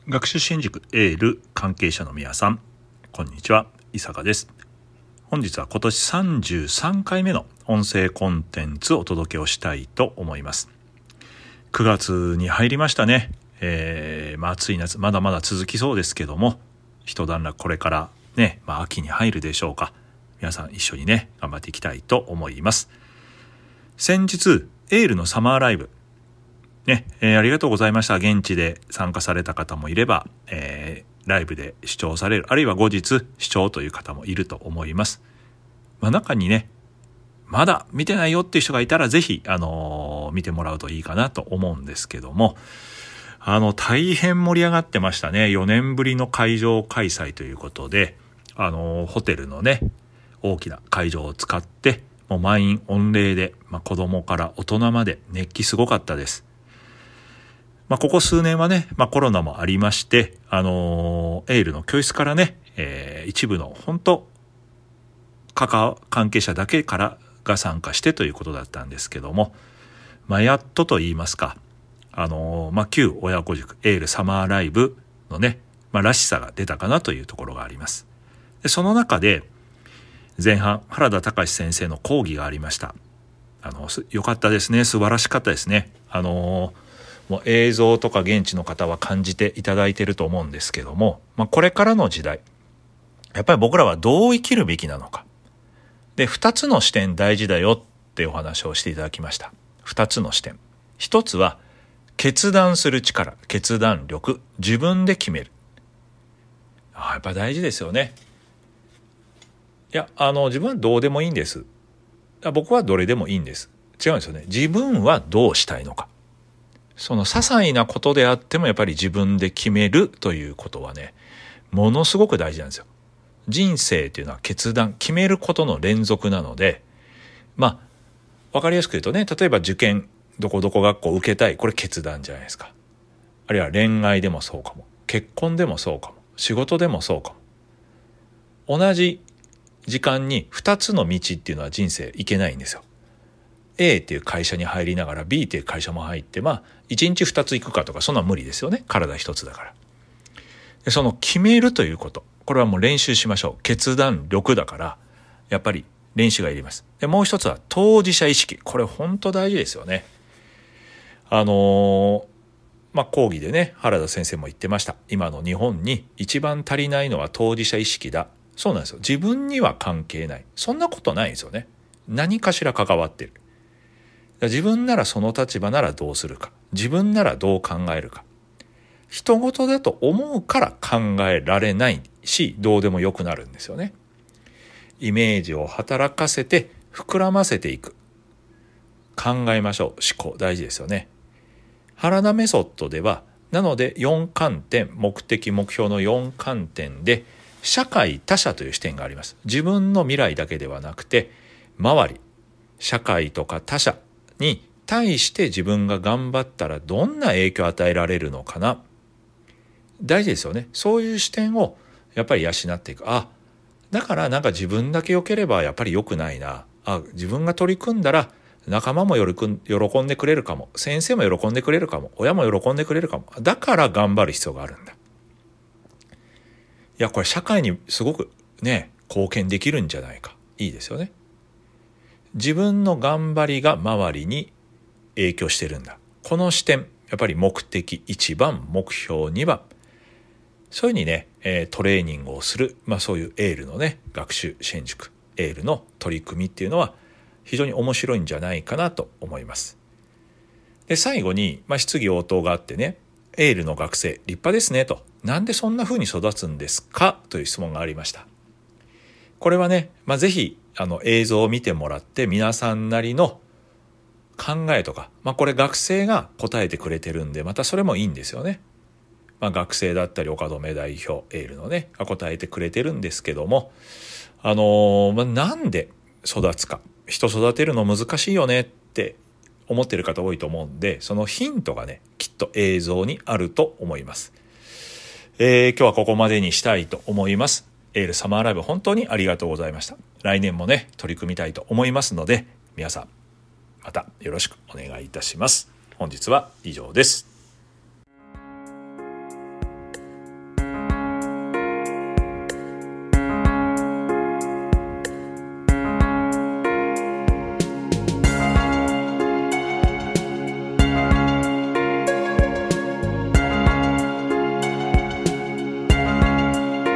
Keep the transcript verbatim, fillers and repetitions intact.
学習支援塾エール関係者の皆さん、こんにちは、伊坂です。本日は今年さんじゅうさんかいめの音声コンテンツをお届けをしたいと思います。くがつに入りましたね。えーまあ、暑い夏まだまだ続きそうですけども、一段落これからね、まあ、秋に入るでしょうか。皆さん一緒にね頑張っていきたいと思います。先日エールのサマーライブね、えー、ありがとうございました。現地で参加された方もいれば、えー、ライブで視聴される、あるいは後日視聴という方もいると思います。まあ、中にね、まだ見てないよっていう人がいたら、ぜひ、あのー、見てもらうといいかなと思うんですけども、あの、大変盛り上がってましたね。よねんぶりの会場開催ということで、あのー、ホテルのね、大きな会場を使って、もう満員御礼で、まあ、子供から大人まで熱気すごかったです。まあ、ここ数年はね、まあ、コロナもありまして、あのー、エールの教室からね、えー、一部の本当関係者だけからが参加してということだったんですけども、まあ、やっとと言いますか、あのー、まあ、旧親子塾エールサマーライブのね、まあ、らしさが出たかなというところがあります。で、その中で前半、原田隆先生の講義がありました。あの、よかったですね。素晴らしかったですね。あのーもう映像とか現地の方は感じていただいていると思うんですけども、まあ、これからの時代、やっぱり僕らはどう生きるべきなのか。で、二つの視点大事だよってお話をしていただきました。二つの視点。一つは、決断する力、決断力、自分で決める。ああ、やっぱ大事ですよね。いや、あの、自分はどうでもいいんです。僕はどれでもいいんです。違うんですよね。自分はどうしたいのか。その些細なことであってもやっぱり自分で決めるということはね、ものすごく大事なんですよ。人生というのは決断、決めることの連続なので、まあ、わかりやすく言うとね、例えば受験、どこどこ学校受けたい、これ決断じゃないですか。あるいは恋愛でもそうかも。結婚でもそうかも。仕事でもそうかも。同じ時間に二つの道っていうのは人生いけないんですよ。A っていう会社に入りながら B っていう会社も入って、まあ一日二つ行くかとかそんな無理ですよね。体一つだから。で、その決めるということ、これはもう練習しましょう。決断力だからやっぱり練習がいります。で、もう一つは当事者意識。これ本当大事ですよね。あのー、まあ講義でね、原田先生も言ってました。今の日本に一番足りないのは当事者意識だ。そうなんですよ。自分には関係ない。そんなことないんですよね。何かしら関わってる。自分ならその立場ならどうするか。自分ならどう考えるか。人事だと思うから考えられないし、どうでもよくなるんですよね。イメージを働かせて膨らませていく。考えましょう。思考大事ですよね。原田メソッドでは、なのでよん観点、目的目標のよん観点で社会他者という視点があります。自分の未来だけではなくて、周り、社会とか他者に対して自分が頑張ったらどんな影響を与えられるのかな。大事ですよね。そういう視点をやっぱり養っていく。あ、だからなんか自分だけ良ければやっぱり良くないな。あ、自分が取り組んだら仲間も喜んでくれるかも。先生も喜んでくれるかも。親も喜んでくれるかも。だから頑張る必要があるんだ。いや、これ社会にすごくね、貢献できるんじゃないか。いいですよね。自分の頑張りが周りに影響してるんだ。この視点、やっぱり目的いちばん、目標にばん。そういうふうにね、トレーニングをする、まあそういうエールのね、学習支援塾、エールの取り組みっていうのは非常に面白いんじゃないかなと思います。で、最後に、まあ質疑応答があってね、エールの学生、立派ですねと。なんでそんなふうに育つんですかという質問がありました。これはね、まあぜひ、あの映像を見てもらって皆さんなりの考えとか、まあこれ学生が答えてくれてるんで、またそれもいいんですよね。まあ学生だったり岡留代表エールのねが答えてくれてるんですけども、あのー、まあなんで育つか、人育てるの難しいよねって思ってる方多いと思うんで、そのヒントがねきっと映像にあると思います。えー、今日はここまでにしたいと思います。エールサマーライブ本当にありがとうございました。来年もね取り組みたいと思いますので、皆さんまたよろしくお願いいたします。本日は以上です。